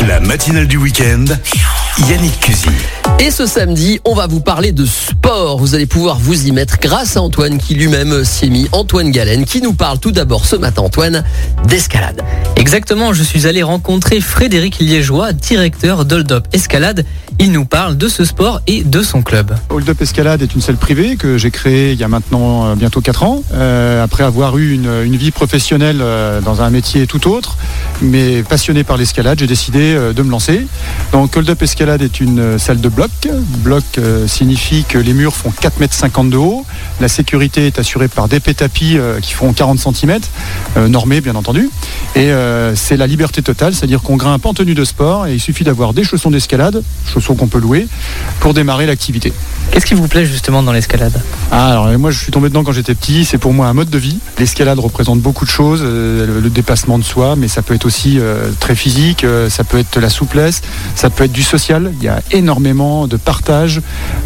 La matinale du week-end, Yannick Cusy. Et ce samedi, on va vous parler de sport. Vous allez pouvoir vous y mettre grâce à Antoine qui lui-même s'y est mis. Antoine Galen qui nous parle tout d'abord ce matin, Antoine, d'escalade. Exactement, je suis allé rencontrer Frédéric Liégeois, directeur d'Hold Up Escalade. Il nous parle de ce sport et de son club. Hold Up Escalade est une salle privée que j'ai créée il y a maintenant bientôt 4 ans. Après avoir eu une vie professionnelle dans un métier tout autre, mais passionné par l'escalade, j'ai décidé de me lancer. Donc Hold Up Escalade est une salle de bloc. Bloc signifie que les murs font 4,50 m de haut. La sécurité est assurée par des tapis qui font 40 cm, normés bien entendu. Et c'est la liberté totale, c'est-à-dire qu'on grimpe en tenue de sport et il suffit d'avoir des chaussons d'escalade, chaussons qu'on peut louer, pour démarrer l'activité. Qu'est-ce qui vous plaît justement dans l'escalade ? Alors moi je suis tombé dedans quand j'étais petit, c'est pour moi un mode de vie. L'escalade représente beaucoup de choses, le dépassement de soi, mais ça peut être aussi très physique, ça peut être la souplesse, ça peut être du social, il y a énormément de partage.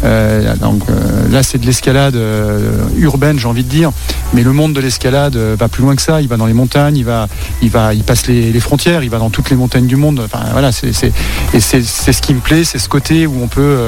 Là c'est de l'escalade urbaine, j'ai envie de dire, mais le monde de l'escalade va plus loin que ça, il va dans les montagnes, il passe les frontières, il va dans toutes les montagnes du monde. Enfin voilà, c'est ce qui me plaît, c'est ce côté où on peut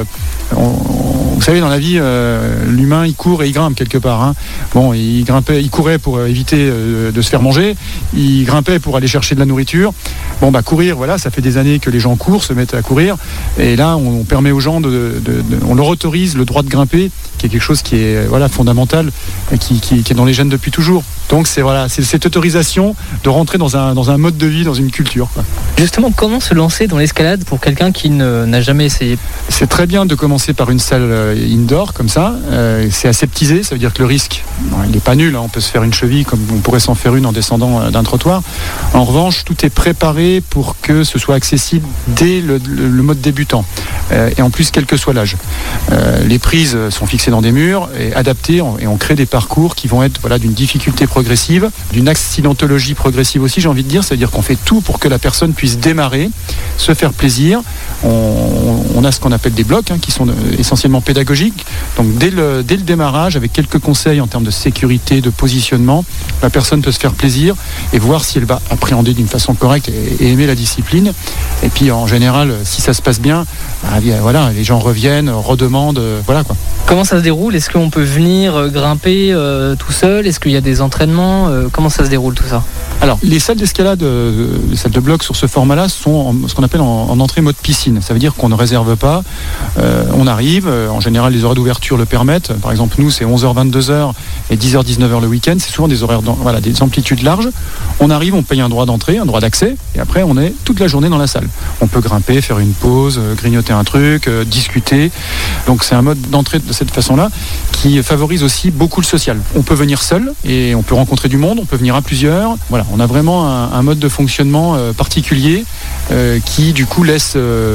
vous savez, dans la vie, l'humain, il court et il grimpe quelque part. Hein. Bon, il courait pour éviter de se faire manger. Il grimpait pour aller chercher de la nourriture. Bon, courir, voilà, ça fait des années que les gens courent, se mettent à courir. Et là, on permet aux gens on leur autorise le droit de grimper, qui est quelque chose qui est fondamental, qui est dans les gènes depuis toujours. Donc c'est cette autorisation de rentrer dans un mode de vie, dans une culture, quoi. Justement, comment se lancer dans l'escalade pour quelqu'un qui n'a jamais essayé ? C'est très bien de commencer par une salle indoor comme ça. C'est aseptisé, ça veut dire que le risque, il n'est pas nul. On peut se faire une cheville comme on pourrait s'en faire une en descendant d'un trottoir. En revanche, tout est préparé pour que ce soit accessible dès le mode débutant. Et en plus, quel que soit l'âge. Les prises sont fixées dans des murs et adaptées, et on crée des parcours qui vont être d'une difficulté progressive, d'une accidentologie progressive aussi, j'ai envie de dire. C'est-à-dire qu'on fait tout pour que la personne puisse démarrer, se faire plaisir. On a ce qu'on appelle des blocs qui sont essentiellement pédagogiques. Donc dès le démarrage, avec quelques conseils en termes de sécurité, de positionnement, la personne peut se faire plaisir et voir si elle va appréhender d'une façon correcte et aimer la discipline. Et puis en général, si ça se passe bien, les gens reviennent, redemandent, voilà quoi. Comment ça se déroule ? Est-ce qu'on peut venir grimper tout seul ? Est-ce qu'il y a des entraînements ? Comment ça se déroule tout ça ? Alors, les salles d'escalade, les salles de bloc sur ce format-là sont ce qu'on appelle en entrée mode piscine. Ça veut dire qu'on ne réserve pas. On arrive, en général les horaires d'ouverture le permettent. Par exemple, nous c'est 11h, 22h et 10h, 19h le week-end. C'est souvent des horaires, des amplitudes larges. On arrive, on paye un droit d'entrée, un droit d'accès, et après on est toute la journée dans la salle. On peut grimper, faire une pause, grignoter un truc, discuter. Donc c'est un mode d'entrée de cette façon-là qui favorise aussi beaucoup le social. On peut venir seul et on peut rencontrer du monde, on peut venir à plusieurs. Voilà, on a vraiment un mode de fonctionnement particulier qui du coup laisse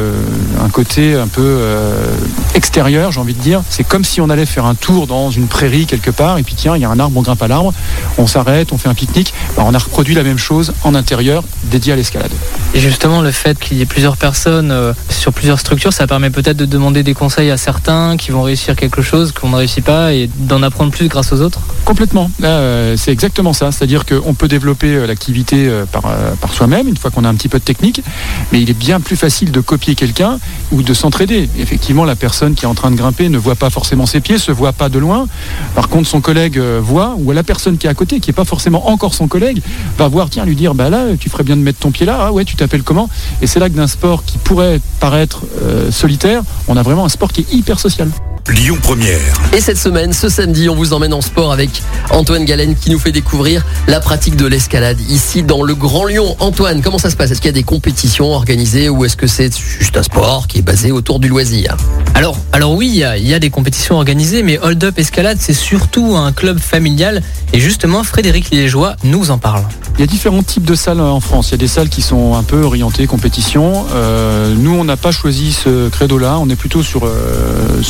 un côté un peu extérieur, j'ai envie de dire. C'est comme si on allait faire un tour dans une prairie quelque part et puis tiens, il y a un arbre, on grimpe à l'arbre, on s'arrête, on fait un pique-nique. On a reproduit la même chose en intérieur dédié à l'escalade. Et justement, le fait qu'il y ait plusieurs personnes sur plusieurs structures, ça permet peut-être de demander des conseils à certains qui vont réussir quelque chose qu'on ne réussit pas et d'en apprendre plus grâce aux autres ? Complètement. Là, c'est exactement ça. C'est-à-dire qu'on peut développer l'activité par soi-même, une fois qu'on a un petit peu de technique, mais il est bien plus facile de copier quelqu'un ou de s'entraider. Effectivement, la personne qui est en train de grimper ne voit pas forcément ses pieds, se voit pas de loin. Par contre, son collègue voit, ou la personne qui est à côté, qui n'est pas forcément encore son collègue, va voir, tiens, lui dire, là, tu ferais bien de mettre ton pied là, ah ouais, tu t'appelles comment ? Et c'est là que d'un sport qui pourrait paraître solitaire, on a vraiment un sport qui est hyper social. Lyon Première. Et cette semaine, ce samedi, on vous emmène en sport avec Antoine Galen qui nous fait découvrir la pratique de l'escalade ici dans le Grand Lyon. Antoine, comment ça se passe ? Est-ce qu'il y a des compétitions organisées ou est-ce que c'est juste un sport qui est basé autour du loisir ? Alors oui, il y a des compétitions organisées, mais Hold Up Escalade, c'est surtout un club familial. Et justement, Frédéric Liégeois nous en parle. Il y a différents types de salles en France. Il y a des salles qui sont un peu orientées compétition. Nous, on n'a pas choisi ce credo-là. On est plutôt sur la grimpe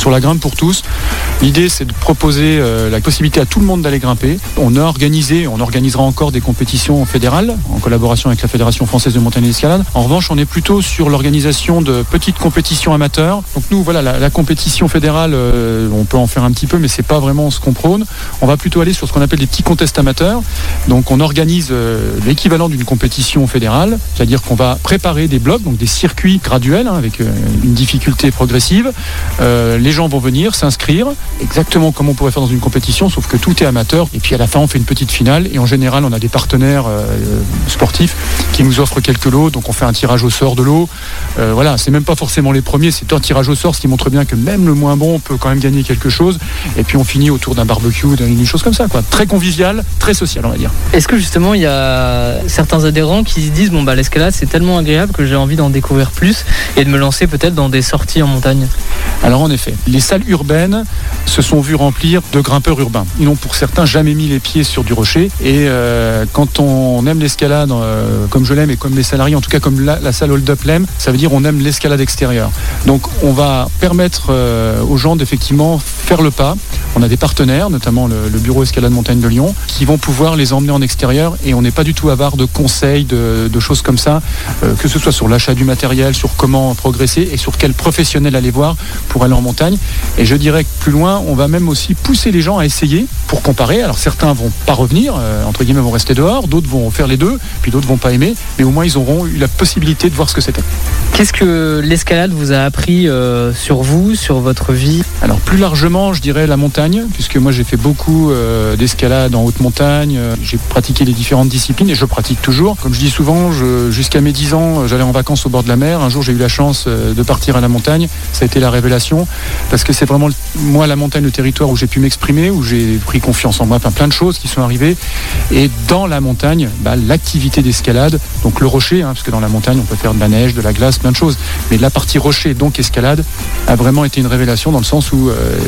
pour tous. L'idée, c'est de proposer la possibilité à tout le monde d'aller grimper. On organisera encore des compétitions fédérales en collaboration avec la Fédération française de montagne et d'escalade. En revanche, on est plutôt sur l'organisation de petites compétitions amateurs. Donc nous, voilà, la compétition fédérale, on peut en faire un petit peu, mais c'est pas vraiment ce qu'on prône. On va plutôt aller sur ce qu'on appelle des petits contests amateurs. Donc on organise l'équivalent d'une compétition fédérale, c'est-à-dire qu'on va préparer des blocs, donc des circuits graduels avec une difficulté progressive. Les gens vont venir s'inscrire, exactement comme on pourrait faire dans une compétition, sauf que tout est amateur. Et puis à la fin, on fait une petite finale. Et en général, on a des partenaires sportifs qui nous offrent quelques lots. Donc on fait un tirage au sort de l'eau. Voilà, c'est même pas forcément les premiers, c'est un tirage au sort, ce qui montre bien que même le moins bon peut quand même gagner quelque chose. Et puis on finit autour d'un barbecue, d'une chose comme ça, quoi. Très convivial, très social, on va dire. Est-ce que justement il y a certains adhérents qui se disent l'escalade c'est tellement agréable que j'ai envie d'en découvrir plus et de me lancer peut-être dans des sorties en montagne? Alors en effet, les salles urbaines se sont vues remplir de grimpeurs urbains. Ils n'ont pour certains jamais mis les pieds sur du rocher. Et quand on aime l'escalade, comme je l'aime et comme les salariés, en tout cas comme la salle Hold Up l'aime, ça veut dire on aime l'escalade extérieure. Donc on va permettre aux gens d'effectivement faire le pas. On a des partenaires, notamment le bureau Escalade Montagne de Lyon, qui vont pouvoir les emmener en extérieur. Et on n'est pas du tout avare de conseils, de choses comme ça, que ce soit sur l'achat du matériel, sur comment progresser et sur quel professionnel aller voir pour aller en montagne. Et je dirais que plus loin, on va même aussi pousser les gens à essayer pour comparer. Alors certains vont pas revenir, entre guillemets vont rester dehors, d'autres vont faire les deux, puis d'autres vont pas aimer, mais au moins ils auront eu la possibilité de voir ce que c'était. Qu'est-ce que l'escalade vous a appris sur vous, sur votre vie? Alors plus largement, je dirais la montagne, puisque moi j'ai fait beaucoup d'escalade en haute montagne, j'ai pratiqué les différentes disciplines et je pratique toujours. Comme je dis souvent, jusqu'à mes 10 ans, j'allais en vacances au bord de la mer. Un jour, j'ai eu la chance de partir à la montagne. Ça a été la révélation, parce que c'est vraiment, moi, la montagne, le territoire où j'ai pu m'exprimer, où j'ai pris confiance en moi, enfin plein de choses qui sont arrivées. Et dans la montagne, l'activité d'escalade, donc le rocher, parce que dans la montagne, on peut faire de la neige, de la glace, plein de choses. Mais la partie rocher, donc escalade, a vraiment été une révélation dans le sens où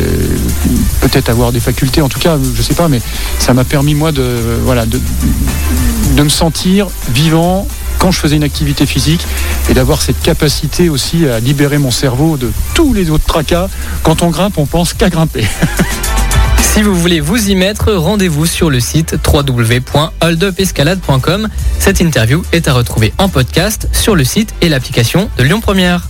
peut-être avoir des facultés, en tout cas, je sais pas, mais ça m'a permis, moi, de me sentir vivant quand je faisais une activité physique et d'avoir cette capacité aussi à libérer mon cerveau de tous les autres tracas. Quand on grimpe, on pense qu'à grimper. Si vous voulez vous y mettre, rendez-vous sur le site www.holdupescalade.com. Cette interview est à retrouver en podcast sur le site et l'application de Lyon Première.